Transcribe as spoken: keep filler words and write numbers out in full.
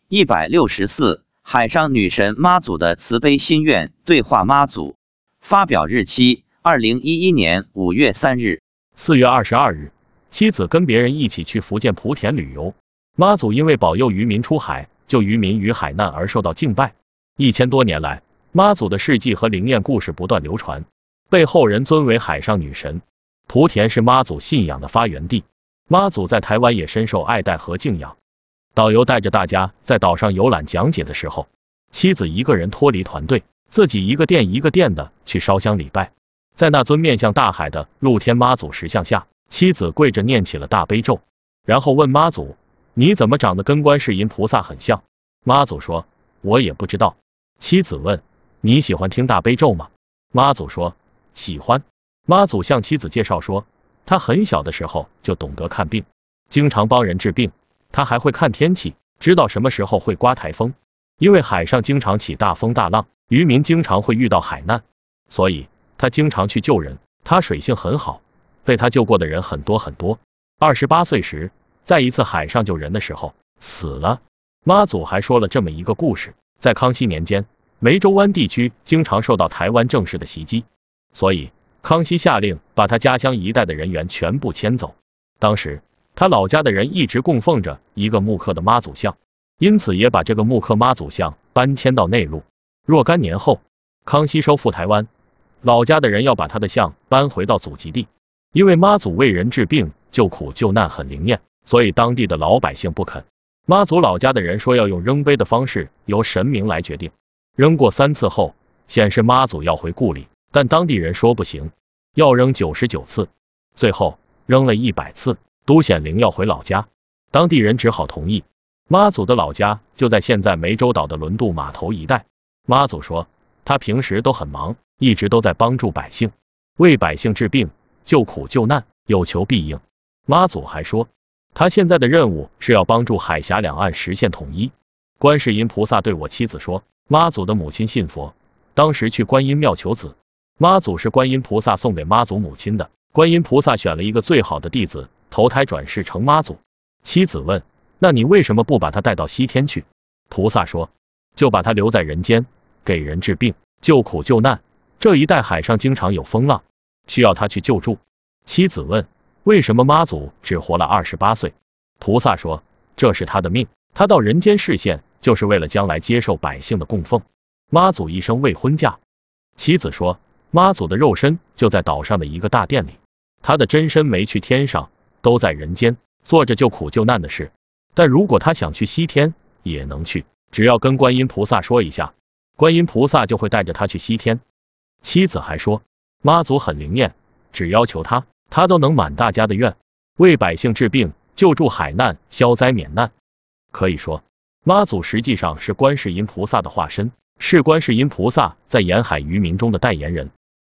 一百六十四，海上女神妈祖的慈悲心愿对话妈祖。发表日期：二零一一年五月三日。 四月二十二日，妻子跟别人一起去福建莆田旅游。妈祖因为保佑渔民出海、救渔民于海难而受到敬拜。一千多年来，妈祖的事迹和灵验故事不断流传，被后人尊为海上女神。莆田是妈祖信仰的发源地，妈祖在台湾也深受爱戴和敬仰。导游带着大家在岛上游览讲解的时候，妻子一个人脱离团队，自己一个殿一个殿的去烧香礼拜。在那尊面向大海的露天妈祖石像下，妻子跪着念起了大悲咒，然后问妈祖：你怎么长得跟观世音菩萨很像？妈祖说：我也不知道。妻子问：你喜欢听大悲咒吗？妈祖说：喜欢。妈祖向妻子介绍说，他很小的时候就懂得看病，经常帮人治病。他还会看天气，知道什么时候会刮台风。因为海上经常起大风大浪，渔民经常会遇到海难，所以他经常去救人。他水性很好，被他救过的人很多很多。二十八岁时，在一次海上救人的时候死了。妈祖还说了这么一个故事，在康熙年间，湄洲湾地区经常受到台湾正式的袭击，所以康熙下令把他家乡一带的人员全部迁走。当时他老家的人一直供奉着一个木刻的妈祖像，因此也把这个木刻妈祖像搬迁到内陆。若干年后，康熙收复台湾，老家的人要把他的像搬回到祖籍地。因为妈祖为人治病、救苦救难很灵验，所以当地的老百姓不肯。妈祖老家的人说要用扔碑的方式由神明来决定。扔过三次后，显示妈祖要回故里，但当地人说不行，要扔九十九次，最后扔了一百次，都显灵要回老家，当地人只好同意。妈祖的老家就在现在湄洲岛的轮渡码头一带。妈祖说，他平时都很忙，一直都在帮助百姓，为百姓治病、救苦救难，有求必应。妈祖还说，他现在的任务是要帮助海峡两岸实现统一。观世音菩萨对我妻子说，妈祖的母亲信佛，当时去观音庙求子，妈祖是观音菩萨送给妈祖母亲的，观音菩萨选了一个最好的弟子，投胎转世成妈祖。妻子问，那你为什么不把他带到西天去？菩萨说，就把他留在人间，给人治病、救苦救难。这一带海上经常有风浪，需要他去救助。妻子问，为什么妈祖只活了二十八岁？菩萨说，这是他的命，他到人间示现就是为了将来接受百姓的供奉。妈祖一生未婚嫁。妻子说，妈祖的肉身就在岛上的一个大殿里，他的真身没去天上，都在人间做着救苦救难的事。但如果他想去西天也能去，只要跟观音菩萨说一下，观音菩萨就会带着他去西天。妻子还说，妈祖很灵验，只要求他，他都能满大家的愿，为百姓治病、救助海难、消灾免难。可以说，妈祖实际上是观世音菩萨的化身，是观世音菩萨在沿海渔民中的代言人。